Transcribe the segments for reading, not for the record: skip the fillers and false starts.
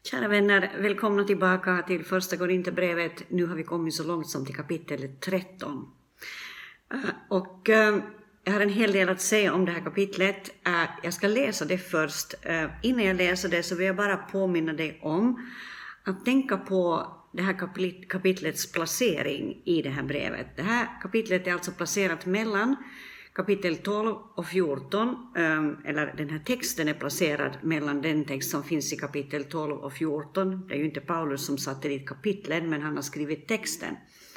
Kära vänner, välkomna tillbaka till första Korinthierbrevet. Nu har vi kommit så långt som till kapitel 13. Jag har en hel del att säga om det här kapitlet. Jag ska läsa det först. Innan jag läser det så vill jag bara påminna dig om att tänka på det här kapitlets placering i det här brevet. Det här kapitlet är alltså placerat mellan kapitel 12 och 14, eller den här texten är placerad mellan den text som finns i kapitel 12 och 14. Det är ju inte Paulus som satte dit kapitlen, men han har skrivit texten.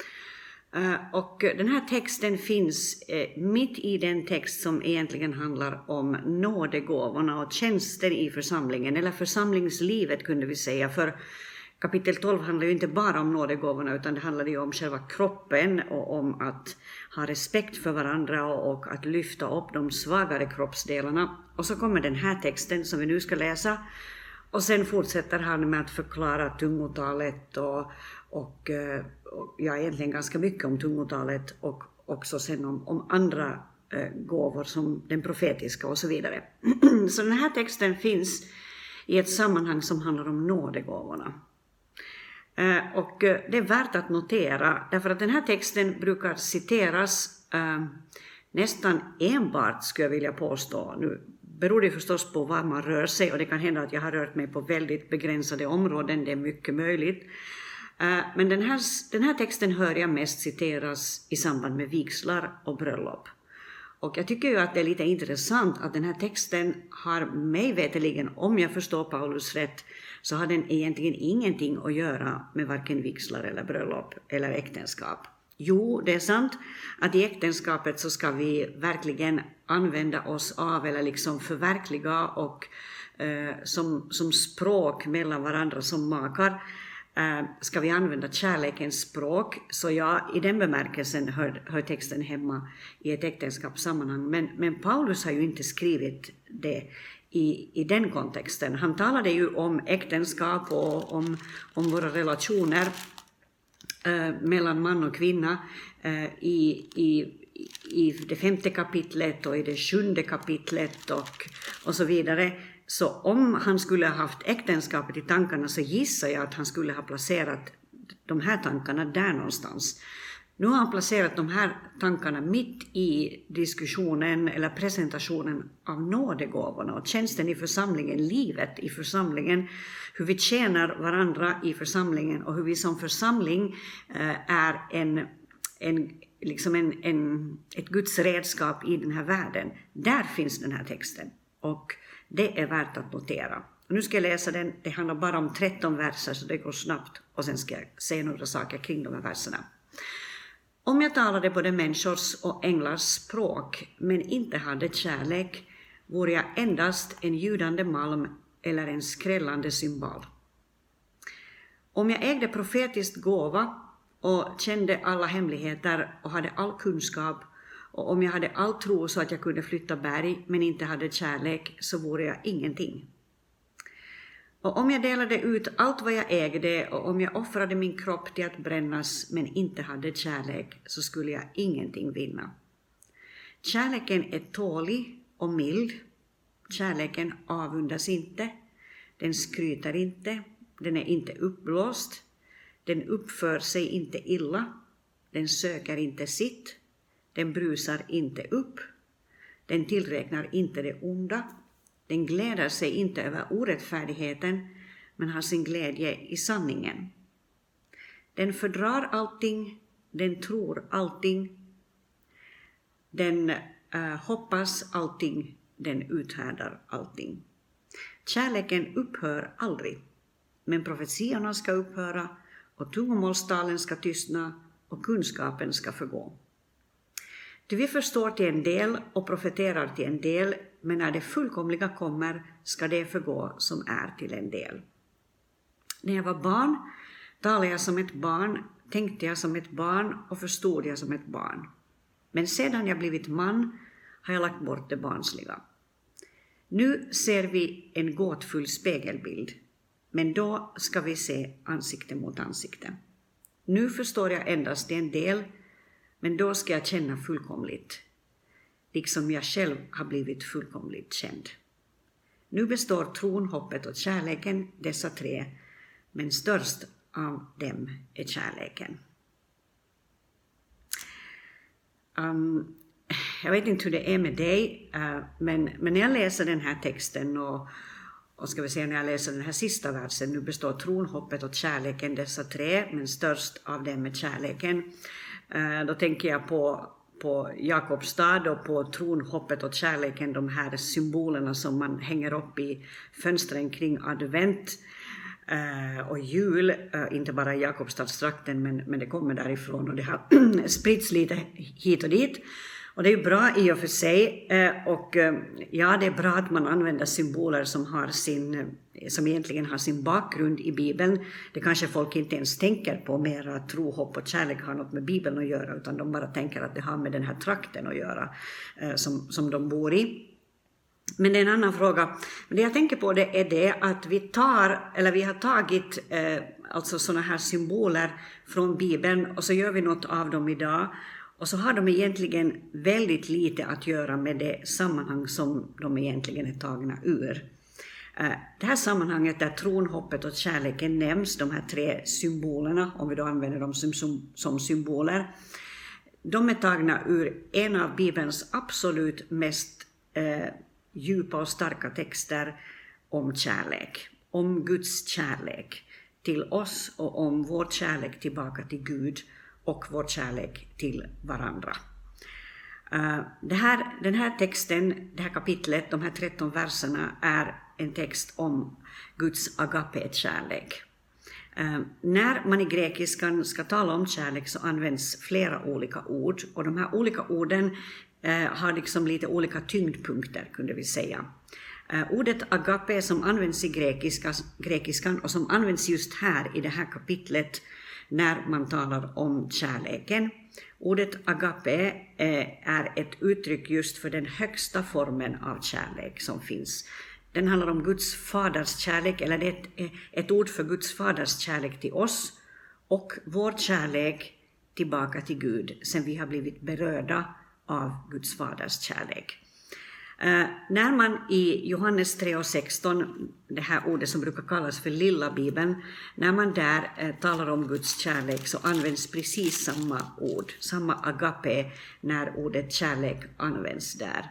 Och den här texten finns mitt i den text som egentligen handlar om nådegåvorna och tjänster i församlingen, eller församlingslivet kunde vi säga, för kapitel 12 handlar ju inte bara om nådegåvorna, utan det handlar ju om själva kroppen och om att ha respekt för varandra och att lyfta upp de svagare kroppsdelarna. Och så kommer den här texten som vi nu ska läsa, och sen fortsätter han med att förklara tungotalet och egentligen ganska mycket om tungotalet och också sen om andra gåvor som den profetiska och så vidare. Så den här texten finns i ett sammanhang som handlar om nådegåvorna. Och det är värt att notera, därför att den här texten brukar citeras nästan enbart, skulle jag vilja påstå. Nu beror det förstås på var man rör sig, och det kan hända att jag har rört mig på väldigt begränsade områden, det är mycket möjligt. Men den här texten hör jag mest citeras i samband med vigslar och bröllop. Och jag tycker ju att det är lite intressant att den här texten har mig veterligen, om jag förstår Paulus rätt, så har den egentligen ingenting att göra med varken vigslar eller bröllop eller äktenskap. Jo, det är sant att i äktenskapet så ska vi verkligen använda oss av, eller liksom förverkliga och som språk mellan varandra som makar, ska vi använda kärlekens språk. Så ja, i den bemärkelsen hör texten hemma i ett äktenskapssammanhang. Men Paulus har ju inte skrivit det i den kontexten. Han talade ju om äktenskap och om våra relationer mellan man och kvinna i det 5:e kapitlet och i det 7:e kapitlet och så vidare. Så om han skulle ha haft äktenskapet i tankarna, så gissar jag att han skulle ha placerat de här tankarna där någonstans. Nu har han placerat de här tankarna mitt i diskussionen eller presentationen av nådegåvorna och tjänsten i församlingen, livet i församlingen, hur vi tjänar varandra i församlingen och hur vi som församling är ett Guds redskap i den här världen. Där finns den här texten, och det är värt att notera. Nu ska jag läsa den, det handlar bara om 13 verser så det går snabbt, och sen ska jag säga några saker kring de här verserna. Om jag talade både människors och änglars språk men inte hade kärlek, vore jag endast en ljudande malm eller en skrällande cymbal. Om jag ägde profetisk gåva och kände alla hemligheter och hade all kunskap, och om jag hade all tro så att jag kunde flytta berg men inte hade kärlek, så vore jag ingenting. Och om jag delade ut allt vad jag ägde och om jag offrade min kropp till att brännas men inte hade kärlek, så skulle jag ingenting vinna. Kärleken är tålig och mild. Kärleken avundas inte. Den skryter inte. Den är inte uppblåst. Den uppför sig inte illa. Den söker inte sitt. Den brusar inte upp. Den tillräknar inte det onda. Den gläder sig inte över orättfärdigheten, men har sin glädje i sanningen. Den fördrar allting, den tror allting, den hoppas allting, den uthärdar allting. Kärleken upphör aldrig, men profetiorna ska upphöra och tungomålstalen ska tystna och kunskapen ska förgå. Ty vi förstår till en del och profeterar till en del, men när det fullkomliga kommer ska det förgå som är till en del. När jag var barn talade jag som ett barn, tänkte jag som ett barn och förstod jag som ett barn. Men sedan jag blivit man har jag lagt bort det barnsliga. Nu ser vi en gåtfull spegelbild, men då ska vi se ansikte mot ansikte. Nu förstår jag endast en del, men då ska jag känna fullkomligt, liksom jag själv har blivit fullkomligt känd. Nu består tron, hoppet och kärleken, dessa tre, men störst av dem är kärleken. Jag vet inte hur det är med dig, men när jag läser den här texten och ska vi se, när jag läser den här sista versen, nu består tron, hoppet och kärleken, dessa tre, men störst av dem är kärleken. Då tänker jag på Jakobstad och på tron, hoppet och kärleken, de här symbolerna som man hänger upp i fönstren kring advent och jul, inte bara i Jakobstadstrakten, men det kommer därifrån och det har spritts lite hit och dit. Och det är ju bra i och för sig, och ja, det är bra att man använder symboler som egentligen har sin bakgrund i Bibeln. Det kanske folk inte ens tänker på mer, att tro, hopp och kärlek har något med Bibeln att göra, utan de bara tänker att det har med den här trakten att göra som de bor i. Men det är en annan fråga. Men det jag tänker på det är det att vi har tagit alltså såna här symboler från Bibeln och så gör vi något av dem idag. Och så har de egentligen väldigt lite att göra med det sammanhang som de egentligen är tagna ur. Det här sammanhanget där tron, hoppet och kärleken nämns, de här tre symbolerna, om vi då använder dem som symboler, de är tagna ur en av Bibelns absolut mest djupa och starka texter om kärlek, om Guds kärlek till oss och om vår kärlek tillbaka till Gud och vår kärlek till varandra. Den här texten, det här kapitlet, de här 13 verserna är en text om Guds agape-kärlek. När man i grekiskan ska tala om kärlek så används flera olika ord, och de här olika orden har liksom lite olika tyngdpunkter, kunde vi säga. Ordet agape som används i grekiskan och som används just här i det här kapitlet när man talar om kärleken. Ordet agape är ett uttryck just för den högsta formen av kärlek som finns. Den handlar om Guds faders kärlek, eller det är ett ord för Guds faders kärlek till oss och vår kärlek tillbaka till Gud sen vi har blivit berörda av Guds faders kärlek. När man i Johannes 3:16, det här ordet som brukar kallas för lilla Bibeln, när man där talar om Guds kärlek så används precis samma ord, samma agape, när ordet kärlek används där.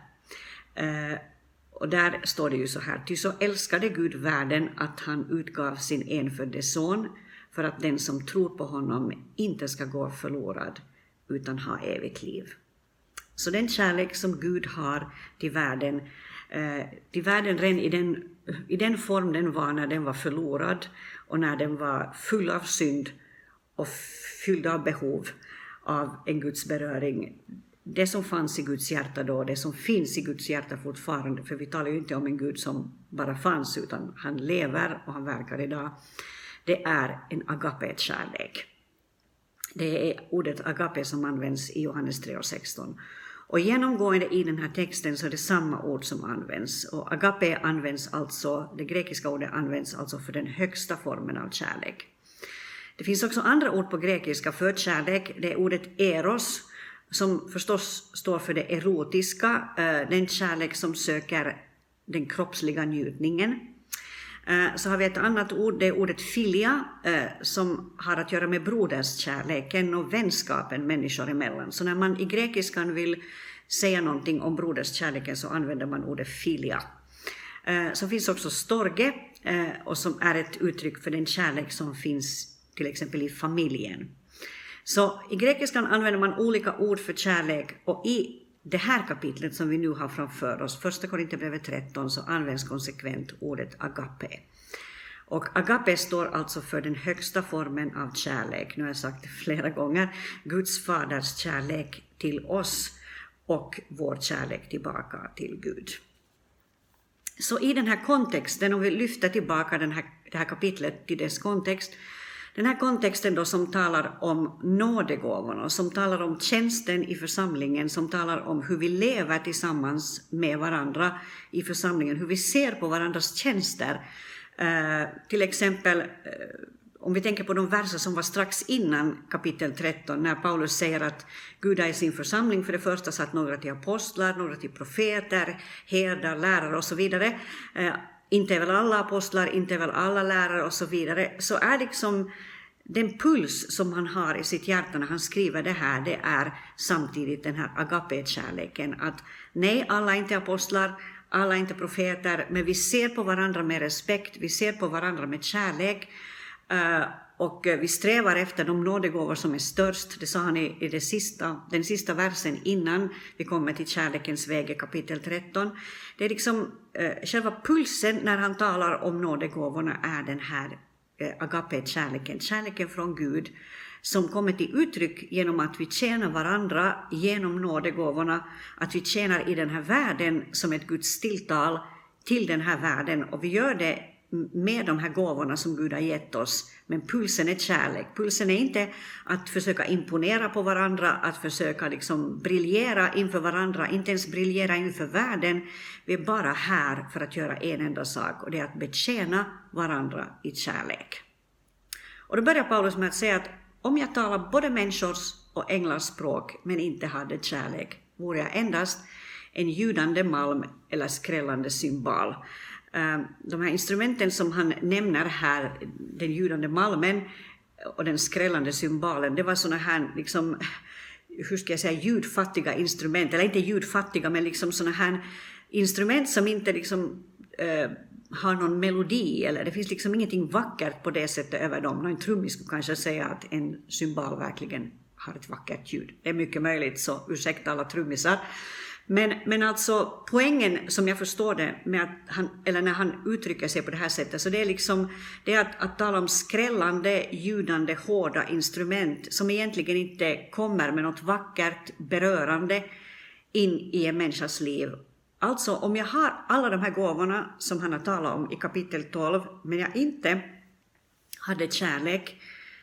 Och där står det ju så här: ty så älskade Gud världen att han utgav sin enfödde son för att den som tror på honom inte ska gå förlorad utan ha evigt liv. Så den kärlek som Gud har till världen redan i den form den var när den var förlorad och när den var full av synd och fylld av behov av en Guds beröring. Det som fanns i Guds hjärta då, det som finns i Guds hjärta fortfarande, för vi talar ju inte om en Gud som bara fanns utan han lever och han verkar idag, det är en agape-kärlek. Det är ordet agape som används i Johannes 3:16. Och genomgående i den här texten så är det samma ord som används. Och agape används alltså, det grekiska ordet används alltså för den högsta formen av kärlek. Det finns också andra ord på grekiska för kärlek. Det är ordet eros som förstås står för det erotiska, den kärlek som söker den kroppsliga njutningen. Så har vi ett annat ord, det är ordet filia, som har att göra med broderskärleken och vänskapen människor emellan. Så när man i grekiskan vill säga någonting om broderskärleken så använder man ordet filia. Så finns också storge, och som är ett uttryck för den kärlek som finns till exempel i familjen. Så i grekiskan använder man olika ord för kärlek, och i det här kapitlet som vi nu har framför oss, första Korinthierbrevet 13, så används konsekvent ordet agape. Och agape står alltså för den högsta formen av kärlek. Nu har jag sagt det flera gånger. Guds faders kärlek till oss och vår kärlek tillbaka till Gud. Så i den här kontexten, om vi lyfter tillbaka det här kapitlet till dess kontext, den här kontexten då som talar om nådegåvorna, som talar om tjänsten i församlingen, som talar om hur vi lever tillsammans med varandra i församlingen, hur vi ser på varandras tjänster. Till exempel, om vi tänker på de verser som var strax innan kapitel 13, när Paulus säger att Gud har i sin församling för det första satt några till apostlar, några till profeter, herdar, lärare och så vidare. inte är väl alla apostlar, inte är väl alla lärare och så vidare, så är liksom den puls som han har i sitt hjärta när han skriver det här, det är samtidigt den här agape-kärleken. Att nej, alla är inte apostlar, alla är inte profeter, men vi ser på varandra med respekt, vi ser på varandra med kärlek, och vi strävar efter de nådegåvor som är störst. Det sa han i den sista versen innan vi kommer till kärlekens väg i kapitel 13. Det är liksom själva pulsen när han talar om nådegåvorna är den här agape-kärleken, kärleken från Gud, som kommer till uttryck genom att vi tjänar varandra genom nådegåvorna, att vi tjänar i den här världen som ett Guds tilltal till den här världen, och vi gör det med de här gåvorna som Gud har gett oss. Men pulsen är kärlek. Pulsen är inte att försöka imponera på varandra, att försöka liksom briljera inför varandra, inte ens briljera inför världen. Vi är bara här för att göra en enda sak, och det är att betjäna varandra i kärlek. Och då börjar Paulus med att säga att om jag talar både människors och änglars språk men inte hade kärlek, vore jag endast en ljudande malm eller skrällande cymbal. De här instrumenten som han nämner här, den ljudande malmen och den skrällande cymbalen, det var såna här liksom, hur ska jag säga, ljudfattiga instrument, eller inte ljudfattiga, men liksom såna här instrument som inte liksom har någon melodi, eller det finns liksom ingenting vackert på det sättet över dem. En trummis skulle kanske säga att en cymbal verkligen har ett vackert ljud. Det är mycket möjligt, så ursäkta alla trummisar. Men alltså poängen som jag förstår det med att eller när han uttrycker sig på det här sättet, så det är liksom det är att tala om skrällande, ljudande, hårda instrument som egentligen inte kommer med något vackert, berörande in i en människas liv. Alltså om jag har alla de här gåvorna som han har talat om i kapitel 12, men jag inte hade kärlek,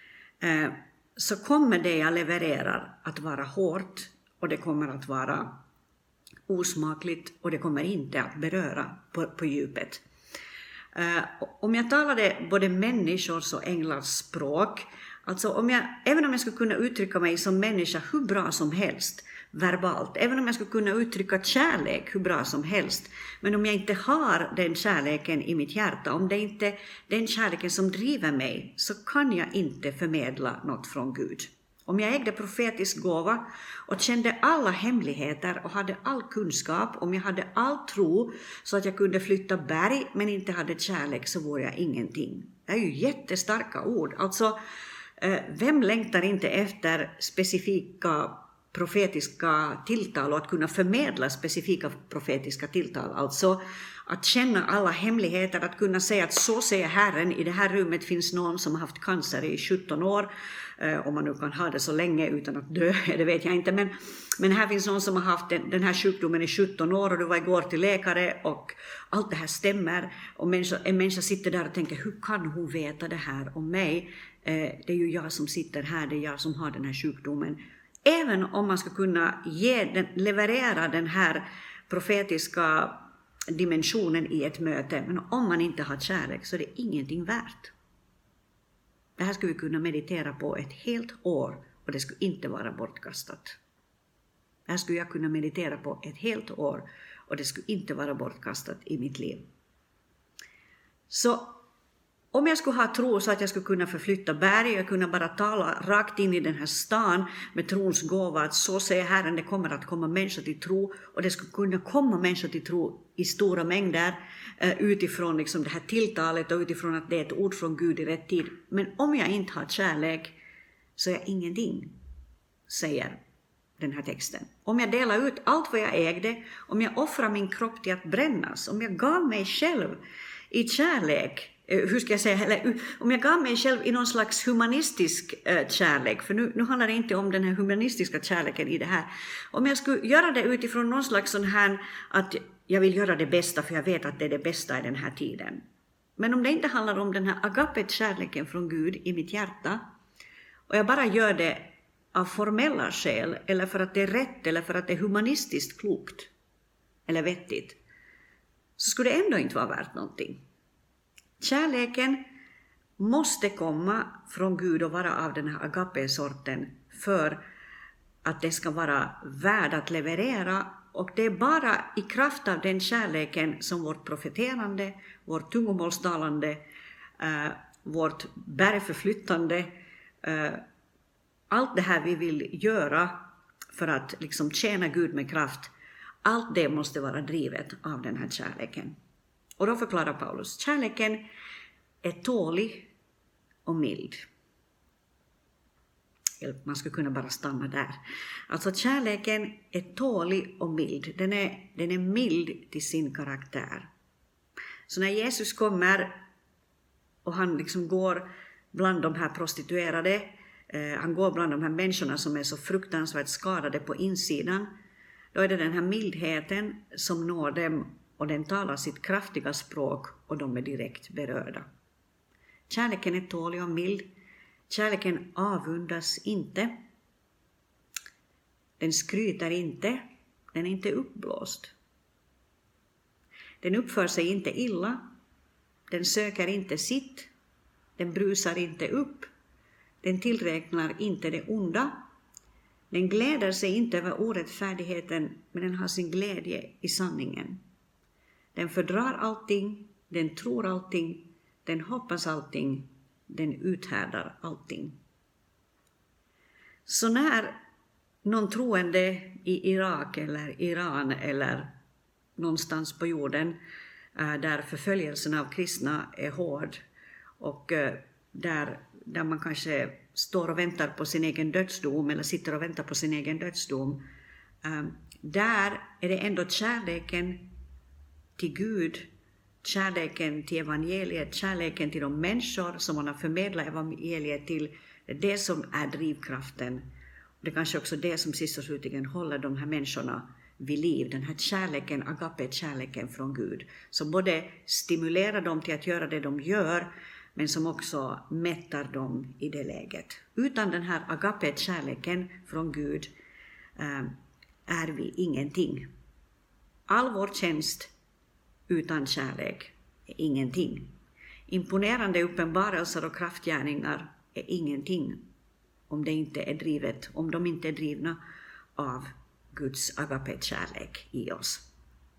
så kommer det jag levererar att vara hårt, och det kommer att vara osmakligt, och det kommer inte att beröra på djupet. Om jag talade både människors och änglars språk, alltså även om jag skulle kunna uttrycka mig som människa hur bra som helst verbalt, även om jag skulle kunna uttrycka kärlek hur bra som helst, men om jag inte har den kärleken i mitt hjärta, om det inte är den kärleken som driver mig, så kan jag inte förmedla något från Gud. Om jag ägde profetisk gåva och kände alla hemligheter och hade all kunskap, om jag hade all tro så att jag kunde flytta berg men inte hade kärlek, så vore jag ingenting. Det är ju jättestarka ord. Alltså, vem längtar inte efter specifika profetiska tilltal och att kunna förmedla specifika profetiska tilltal? Alltså att känna alla hemligheter, att kunna säga att så säger Herren, i det här rummet finns någon som har haft cancer i 17 år, om man nu kan ha det så länge utan att dö, det vet jag inte, men här finns någon som har haft den här sjukdomen i 17 år och du var igår till läkare och allt det här stämmer, och en människa sitter där och tänker, hur kan hon veta det här om mig? Det är ju jag som sitter här, det är jag som har den här sjukdomen. Även om man ska kunna leverera den här profetiska dimensionen i ett möte, men om man inte har kärlek så är det ingenting värt. Det här skulle vi kunna meditera på ett helt år och det skulle inte vara bortkastat. Det här skulle jag kunna meditera på ett helt år och det skulle inte vara bortkastat i mitt liv. Så om jag skulle ha tro så att jag skulle kunna förflytta berg, jag kunna bara tala rakt in i den här stan med trons gåva, att så säger Herren, det kommer att komma människor till tro, och det skulle kunna komma människor till tro i stora mängder utifrån liksom det här tilltalet och utifrån att det är ett ord från Gud i rätt tid. Men om jag inte har kärlek så är jag ingenting, säger den här texten. Om jag delar ut allt vad jag ägde, om jag offrar min kropp till att brännas, om jag gav mig själv i kärlek, hur ska jag säga, eller om jag gav mig själv i någon slags humanistisk kärlek, för nu handlar det inte om den här humanistiska kärleken i det här. Om jag skulle göra det utifrån någon slags sån här, att jag vill göra det bästa för jag vet att det är det bästa i den här tiden. Men om det inte handlar om den här agapet-kärleken från Gud i mitt hjärta, och jag bara gör det av formella skäl, eller för att det är rätt, eller för att det är humanistiskt klokt, eller vettigt, så skulle det ändå inte vara värt någonting. Kärleken måste komma från Gud och vara av den här agape-sorten för att det ska vara värd att leverera och det är bara i kraft av den kärleken som vårt profeterande, vårt tungomålstalande, vårt bergförflyttande, allt det här vi vill göra för att liksom tjäna Gud med kraft, allt det måste vara drivet av den här kärleken. Och då förklarar Paulus, kärleken är tålig och mild. Man skulle kunna bara stanna där. Alltså kärleken är tålig och mild. Den är mild till sin karaktär. Så när Jesus kommer och han liksom går bland de här prostituerade, han går bland de här människorna som är så fruktansvärt skadade på insidan, då är det den här mildheten som når dem och den talar sitt kraftiga språk och de är direkt berörda. Kärleken är tålig och mild. Kärleken avundas inte. Den skryter inte. Den är inte uppblåst. Den uppför sig inte illa. Den söker inte sitt. Den brusar inte upp. Den tillräknar inte det onda. Den gläder sig inte över orättfärdigheten, men den har sin glädje i sanningen. Den fördrar allting. Den tror allting. Den hoppas allting. Den uthärdar allting. Så när någon troende i Irak eller Iran eller någonstans på jorden där förföljelsen av kristna är hård och där man kanske står och väntar på sin egen dödsdom eller sitter och väntar på sin egen dödsdom, där är det ändå kärleken till Gud, kärleken till evangeliet, kärleken till de människor som man har förmedlat evangeliet till, det som är drivkraften. Det är kanske också det som sist och slutligen håller de här människorna vid liv. Den här kärleken, agape-kärleken från Gud, som både stimulerar dem till att göra det de gör, men som också mättar dem i det läget. Utan den här agape-kärleken från Gud är vi ingenting. All vår tjänst utan kärlek är ingenting. Imponerande uppenbarelser och kraftgärningar är ingenting om de inte är drivna av Guds agape-kärlek i oss.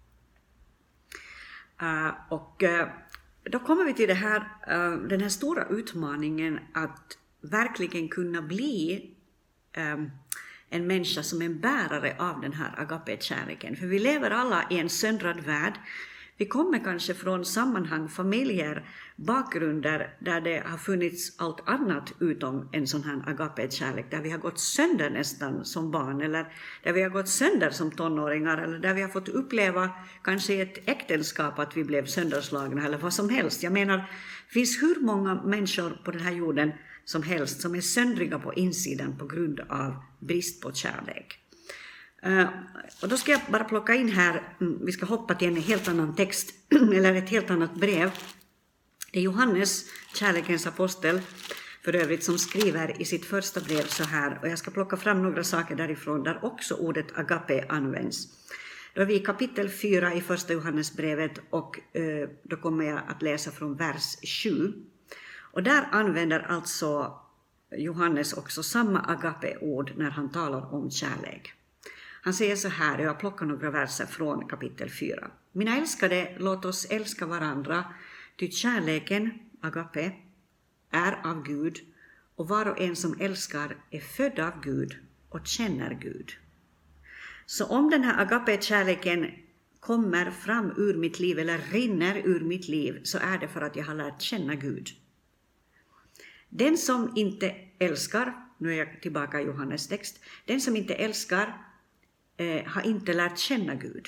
Då kommer vi till den här stora utmaningen att verkligen kunna bli en människa som är en bärare av den här agape-kärleken. För vi lever alla i en söndrad värld. Vi kommer kanske från sammanhang, familjer, bakgrunder där det har funnits allt annat utom en sån här agape-kärlek. Där vi har gått sönder nästan som barn, eller där vi har gått sönder som tonåringar, eller där vi har fått uppleva kanske i ett äktenskap att vi blev sönderslagna eller vad som helst. Jag menar, det finns hur många människor på den här jorden som helst som är söndriga på insidan på grund av brist på kärlek. Och då ska jag bara plocka in här, vi ska hoppa till en helt annan text eller ett helt annat brev. Det är Johannes, kärlekens apostel för övrigt, som skriver i sitt första brev så här, och jag ska plocka fram några saker därifrån där också ordet agape används. Då är vi i kapitel 4 i första Johannesbrevet och då kommer jag att läsa från vers 7. Och där använder alltså Johannes också samma agape-ord när han talar om kärlek. Han säger så här, och jag plockar några verser från kapitel 4. Mina älskade, låt oss älska varandra, ty kärleken, agape, är av Gud, och var och en som älskar är född av Gud och känner Gud. Så om den här agape-kärleken kommer fram ur mitt liv eller rinner ur mitt liv, så är det för att jag har lärt känna Gud. Den som inte älskar, nu är jag tillbaka i Johannes text, den som inte älskar har inte lärt känna Gud.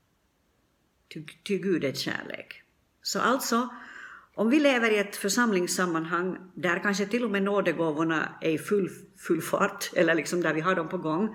Ty Gud är kärlek. Så alltså, om vi lever i ett församlingssammanhang där kanske till och med nådegåvorna är i full fart, eller liksom där vi har dem på gång,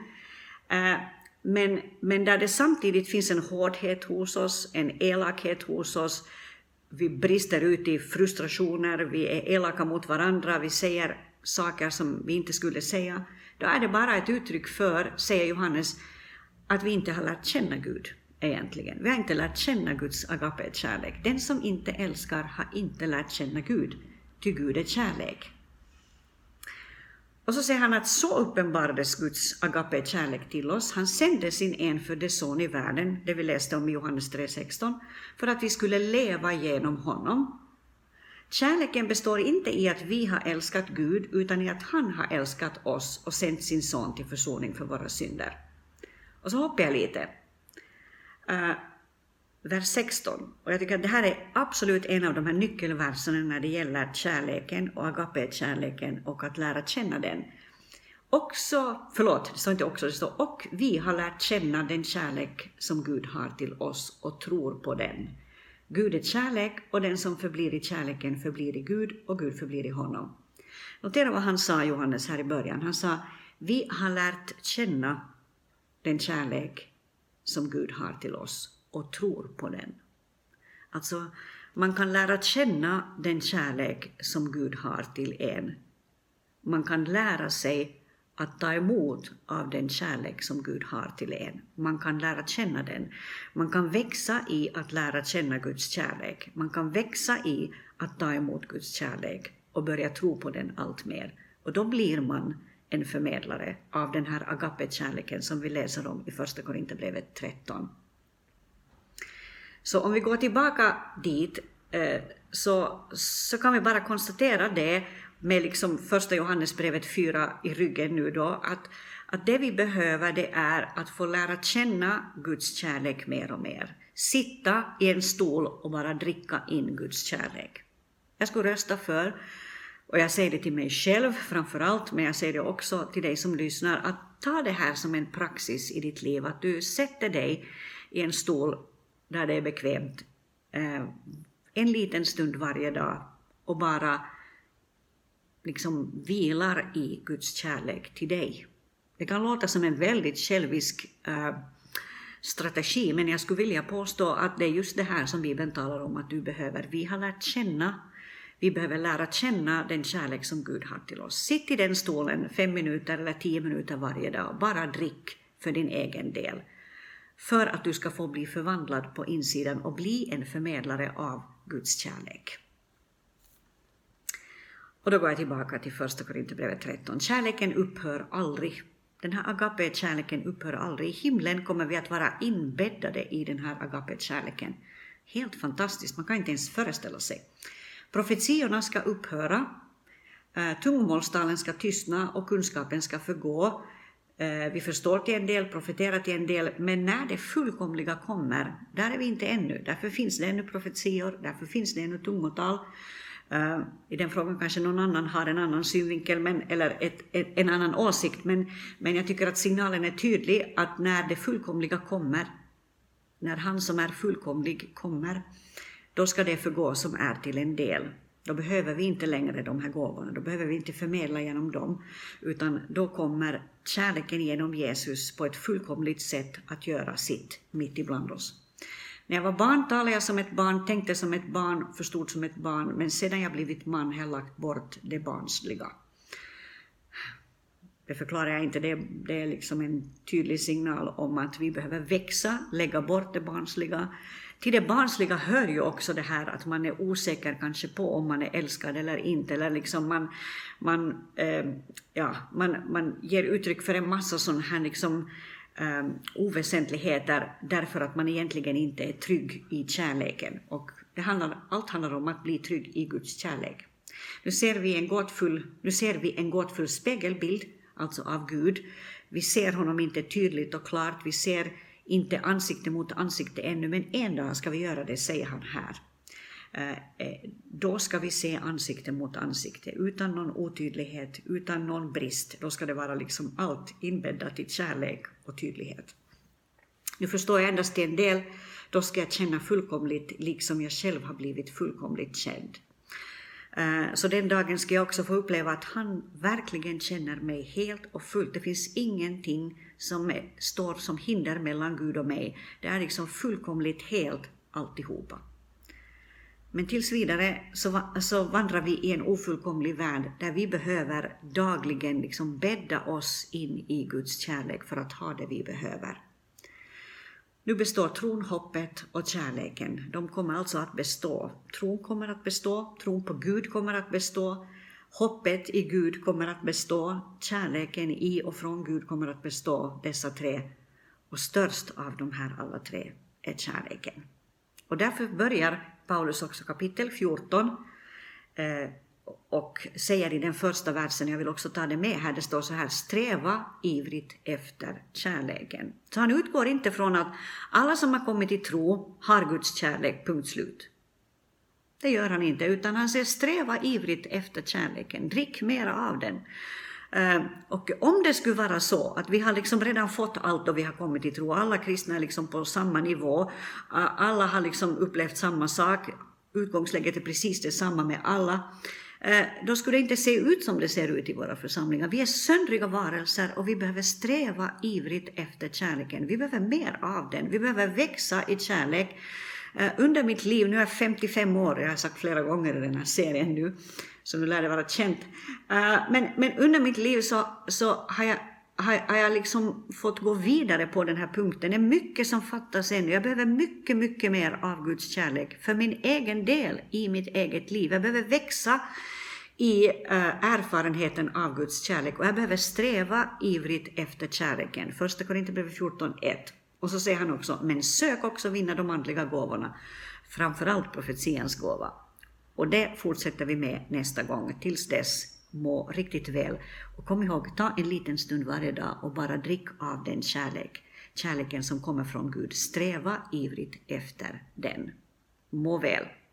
men där det samtidigt finns en hårdhet hos oss, en elakhet hos oss, vi brister ut i frustrationer, vi är elaka mot varandra, vi säger saker som vi inte skulle säga, då är det bara ett uttryck för, säger Johannes, att vi inte har lärt känna Gud egentligen. Vi har inte lärt känna Guds agape-kärlek. Den som inte älskar har inte lärt känna Gud, ty Gud är kärlek. Och så säger han att så uppenbarades Guds agape-kärlek till oss. Han sände sin enfödde son i världen, det vi läste om i Johannes 3:16, för att vi skulle leva genom honom. Kärleken består inte i att vi har älskat Gud, utan i att han har älskat oss och sänt sin son till försoning för våra synder. Och så hoppar jag lite. Vers 16. Och jag tycker att det här är absolut en av de här nyckelverserna när det gäller kärleken och agape-kärleken och att lära känna den. Det står inte också, det står och vi har lärt känna den kärlek som Gud har till oss och tror på den. Gud är kärlek och den som förblir i kärleken förblir i Gud och Gud förblir i honom. Notera vad han sa, Johannes, här i början. Han sa, vi har lärt känna den kärlek som Gud har till oss och tror på den. Alltså, man kan lära känna den kärlek som Gud har till en. Man kan lära sig att ta emot av den kärlek som Gud har till en. Man kan lära känna den. Man kan växa i att lära känna Guds kärlek. Man kan växa i att ta emot Guds kärlek och börja tro på den allt mer. Och då blir man en förmedlare av den här agape-kärleken som vi läser om i första Korinthierbrevet 13. Så om vi går tillbaka dit så kan vi bara konstatera det med liksom första Johannesbrevet 4 i ryggen nu då, att det vi behöver det är att få lära känna Guds kärlek mer och mer. Sitta i en stol och bara dricka in Guds kärlek. Jag skulle rösta för, och jag säger det till mig själv framförallt, men jag säger det också till dig som lyssnar, att ta det här som en praxis i ditt liv, att du sätter dig i en stol där det är bekvämt en liten stund varje dag och bara liksom vilar i Guds kärlek till dig. Det kan låta som en väldigt självisk strategi, men jag skulle vilja påstå att det är just det här som Bibeln talar om att du behöver. Vi behöver lära känna den kärlek som Gud har till oss. Sitt i den stolen 5 minuter eller 10 minuter varje dag och bara drick för din egen del. För att du ska få bli förvandlad på insidan och bli en förmedlare av Guds kärlek. Och då går jag tillbaka till första Korinthierbrevet 13. Kärleken upphör aldrig. Den här agape-kärleken upphör aldrig. I himlen kommer vi att vara inbäddade i den här agape-kärleken. Helt fantastiskt, man kan inte ens föreställa sig. Profetiorna ska upphöra, tungomålstalen ska tystna och kunskapen ska förgå. Vi förstår till en del, profeterar till en del, men när det fullkomliga kommer, där är vi inte ännu. Därför finns det ännu profetior, därför finns det ännu tungotal. I den frågan kanske någon annan har en annan synvinkel eller en annan åsikt, men jag tycker att signalen är tydlig att när det fullkomliga kommer, när han som är fullkomlig kommer, då ska det förgå som är till en del. Då behöver vi inte längre de här gåvorna, då behöver vi inte förmedla genom dem, utan då kommer kärleken genom Jesus på ett fullkomligt sätt att göra sitt mitt ibland oss. När jag var barn talade jag som ett barn, tänkte som ett barn, förstod som ett barn, men sedan jag blivit man har jag lagt bort det barnsliga. Det förklarar jag inte, det är liksom en tydlig signal om att vi behöver växa, lägga bort det barnsliga. Till det barnsliga hör ju också det här att man är osäker kanske på om man är älskad eller inte, eller liksom man ger uttryck för en massa sån här liksom oväsentligheter därför att man egentligen inte är trygg i kärleken. Och allt handlar om att bli trygg i Guds kärlek. Nu ser vi en gåtfull spegelbild, alltså av Gud. Vi ser honom inte tydligt och klart, vi ser inte ansikte mot ansikte ännu, men en dag ska vi göra det, säger han här. Då ska vi se ansikte mot ansikte, utan någon otydlighet, utan någon brist. Då ska det vara liksom allt inbäddat i kärlek och tydlighet. Nu förstår jag endast till en del, då ska jag känna fullkomligt liksom jag själv har blivit fullkomligt känd. Så den dagen ska jag också få uppleva att han verkligen känner mig helt och fullt. Det finns ingenting som står som hinder mellan Gud och mig. Det är liksom fullkomligt helt alltihopa. Men tills vidare så vandrar vi i en ofullkomlig värld där vi behöver dagligen liksom bädda oss in i Guds kärlek för att ha det vi behöver. Nu består tron, hoppet och kärleken. De kommer alltså att bestå. Tron kommer att bestå, tron på Gud kommer att bestå, Hoppet i Gud kommer att bestå, kärleken i och från Gud kommer att bestå, dessa tre. Och störst av de här alla tre är kärleken. Och därför börjar Paulus också kapitel 14 och säger i den första versen, jag vill också ta det med här, det står så här: sträva ivrigt efter kärleken. Så han utgår inte från att alla som har kommit till tro har Guds kärlek, punkt slut. Det gör han inte, utan han säger sträva ivrigt efter kärleken, drick mer av den. Och om det skulle vara så att vi har liksom redan fått allt och vi har kommit till tro, alla kristna är liksom på samma nivå, alla har liksom upplevt samma sak, utgångsläget är precis detsamma med alla, då skulle det inte se ut som det ser ut i våra församlingar. Vi är söndriga varelser och vi behöver sträva ivrigt efter kärleken. Vi behöver mer av den, vi behöver växa i kärlek. Under mitt liv, nu är jag 55 år, jag har sagt flera gånger i den här serien nu, så nu lär det vara känt. Men under mitt liv så har jag liksom fått gå vidare på den här punkten. Det är mycket som fattas ännu. Jag behöver mycket, mycket mer av Guds kärlek för min egen del i mitt eget liv. Jag behöver växa i erfarenheten av Guds kärlek och jag behöver sträva ivrigt efter kärleken. Första Korinthierbrevet 14:1. Och så säger han också, men sök också vinna de andliga gåvorna, framförallt profetians gåva. Och det fortsätter vi med nästa gång. Tills dess, må riktigt väl. Och kom ihåg, ta en liten stund varje dag och bara drick av den kärleken som kommer från Gud. Sträva ivrigt efter den. Må väl.